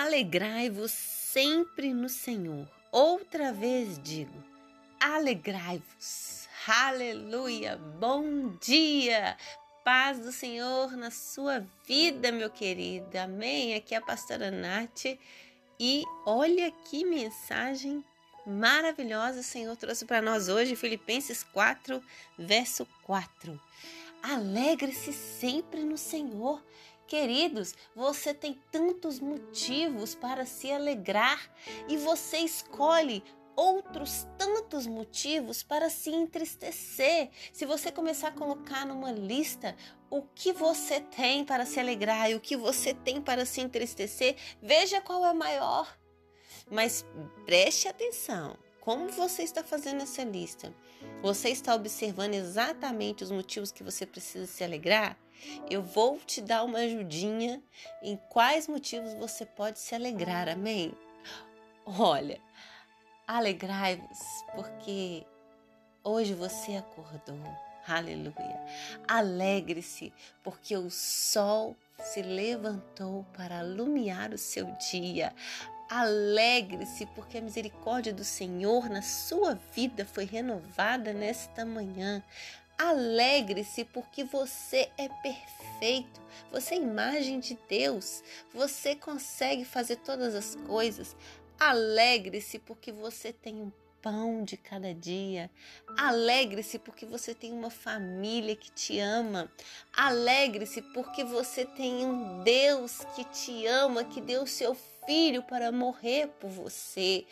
Alegrai-vos sempre no Senhor. Outra vez digo, alegrai-vos. Aleluia! Bom dia! Paz do Senhor na sua vida, meu querido. Amém? Aqui é a pastora Nath. E olha que mensagem maravilhosa o Senhor trouxe para nós hoje, Filipenses 4, verso 4. Alegre-se sempre no Senhor. Queridos, você tem tantos motivos para se alegrar e você escolhe outros tantos motivos para se entristecer. Se você começar a colocar numa lista o que você tem para se alegrar e o que você tem para se entristecer, veja qual é maior. Mas preste atenção. Como você está fazendo essa lista? Você está observando exatamente os motivos que você precisa se alegrar? Eu vou te dar uma ajudinha em quais motivos você pode se alegrar, amém? Olha, alegrai-vos porque hoje você acordou, aleluia. Alegre-se porque o sol se levantou para iluminar o seu dia. Alegre-se porque a misericórdia do Senhor na sua vida foi renovada nesta manhã. Alegre-se porque você é perfeito, você é imagem de Deus, você consegue fazer todas as coisas. Alegre-se porque você tem um pão de cada dia. Alegre-se porque você tem uma família que te ama. Alegre-se porque você tem um Deus que te ama, que deu o seu filho para morrer por você.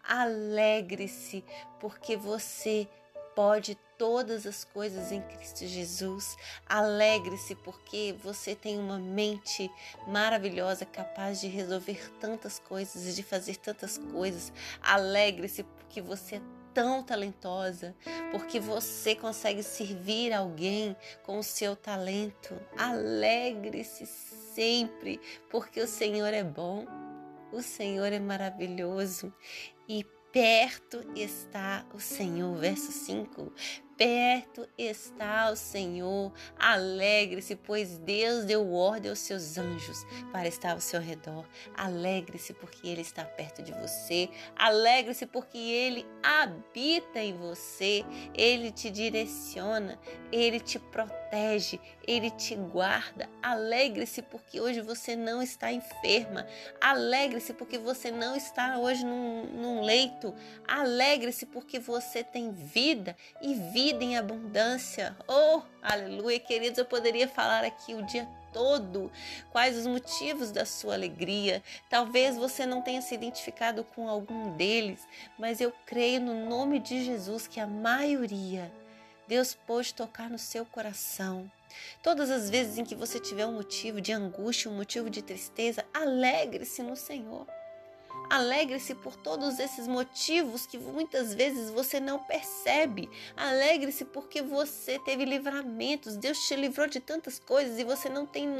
Alegre-se porque você pode todas as coisas em Cristo Jesus. Alegre-se porque você tem uma mente maravilhosa, capaz de resolver tantas coisas e de fazer tantas coisas. Alegre-se porque você é tão talentosa, porque você consegue servir alguém com o seu talento. Alegre-se sempre, porque o Senhor é bom, o Senhor é maravilhoso e perto está o Senhor. Verso 5. Perto está o Senhor. Alegre-se, pois Deus deu ordem aos seus anjos para estar ao seu redor. Alegre-se porque Ele está perto de você. Alegre-se porque Ele habita em você. Ele te direciona, Ele te protege, Ele te guarda. Alegre-se porque hoje você não está enferma. Alegre-se porque você não está hoje num leito. Alegre-se porque você tem vida e vida em abundância. Oh, aleluia, queridos, eu poderia falar aqui o dia todo quais os motivos da sua alegria. Talvez você não tenha se identificado com algum deles, mas eu creio no nome de Jesus que a maioria Deus pôde tocar no seu coração. Todas as vezes em que você tiver um motivo de angústia, um motivo de tristeza, alegre-se no Senhor. Alegre-se por todos esses motivos que muitas vezes você não percebe. Alegre-se porque você teve livramentos. Deus te livrou de tantas coisas e você não tem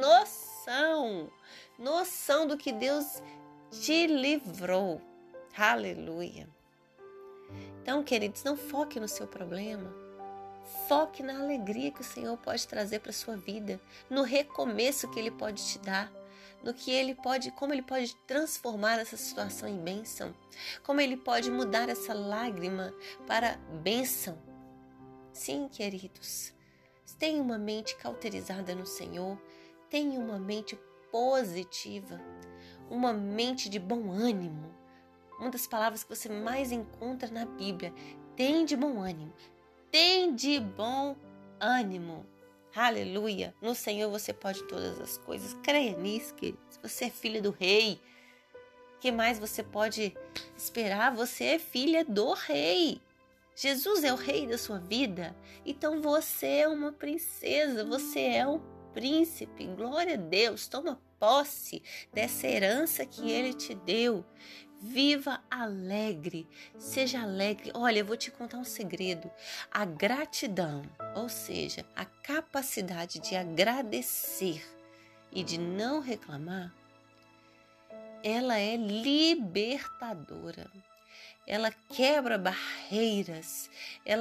noção do que Deus te livrou. Aleluia. Então, queridos, não foque no seu problema. Foque na alegria que o Senhor pode trazer para a sua vida, no recomeço que Ele pode te dar, no que Ele pode, como Ele pode transformar essa situação em bênção, como Ele pode mudar essa lágrima para bênção. Sim, queridos, tenha uma mente cauterizada no Senhor, tenha uma mente positiva, uma mente de bom ânimo. Uma das palavras que você mais encontra na Bíblia, tem de bom ânimo. Tem de bom ânimo. Aleluia. No Senhor você pode todas as coisas. Creia nisso, queridos. Você é filha do rei. O que mais você pode esperar? Você é filha do rei. Jesus é o rei da sua vida. Então você é uma princesa. Você é um príncipe. Glória a Deus. Toma posse dessa herança que Ele te deu. Viva alegre, seja alegre. Olha, eu vou te contar um segredo. A gratidão, ou seja, a capacidade de agradecer e de não reclamar, ela é libertadora. Ela quebra barreiras, ela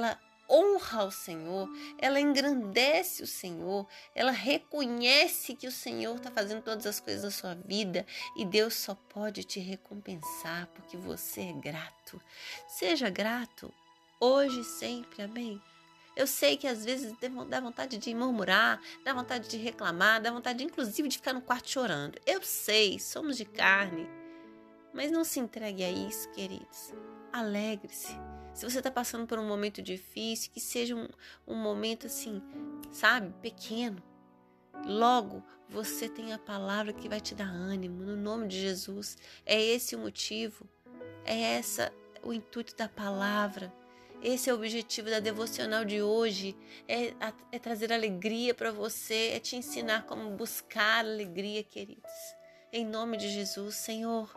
honra o Senhor, ela engrandece o Senhor, ela reconhece que o Senhor está fazendo todas as coisas na sua vida e Deus só pode te recompensar porque você é grato. Seja grato hoje e sempre, amém? Eu sei que às vezes dá vontade de murmurar, dá vontade de reclamar, dá vontade inclusive de ficar no quarto chorando. Eu sei, somos de carne, mas não se entregue a isso, queridos. Alegre-se. Se você está passando por um momento difícil, que seja um momento assim, sabe, pequeno. Logo, você tem a palavra que vai te dar ânimo, no nome de Jesus. É esse o motivo, é essa o intuito da palavra. Esse é o objetivo da devocional de hoje, é trazer alegria para você, é te ensinar como buscar alegria, queridos. Em nome de Jesus, Senhor,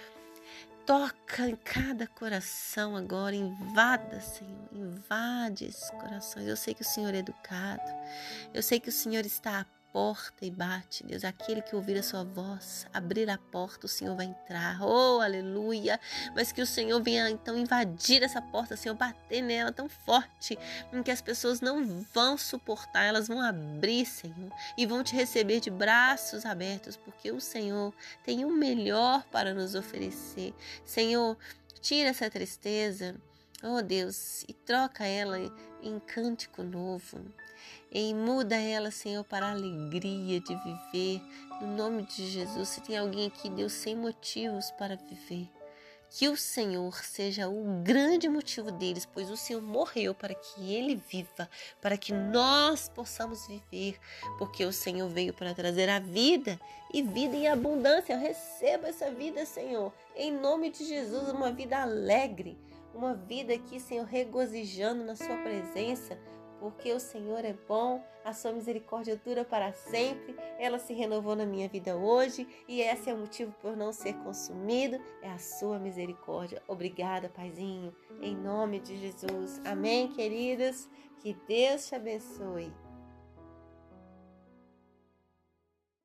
toca em cada coração agora, invada, Senhor, invade esses corações. Eu sei que o Senhor é educado, eu sei que o Senhor está à porta e bate, Deus. Aquele que ouvir a sua voz, abrir a porta, o Senhor vai entrar. Oh, aleluia! Mas que o Senhor venha então invadir essa porta, Senhor, bater nela tão forte, em que as pessoas não vão suportar, elas vão abrir, Senhor, e vão te receber de braços abertos, porque o Senhor tem o melhor para nos oferecer. Senhor, tira essa tristeza, oh Deus, e troca ela em cântico novo. E muda ela, Senhor, para a alegria de viver. No nome de Jesus, se tem alguém aqui, Deus, sem motivos para viver, que o Senhor seja o grande motivo deles, pois o Senhor morreu para que ele viva, para que nós possamos viver, porque o Senhor veio para trazer a vida e vida em abundância. Eu recebo essa vida, Senhor, em nome de Jesus, uma vida alegre, uma vida aqui, Senhor, regozijando na sua presença, porque o Senhor é bom, a sua misericórdia dura para sempre, ela se renovou na minha vida hoje e esse é o motivo por não ser consumido, é a sua misericórdia. Obrigada, Paizinho, em nome de Jesus. Amém, queridas? Que Deus te abençoe.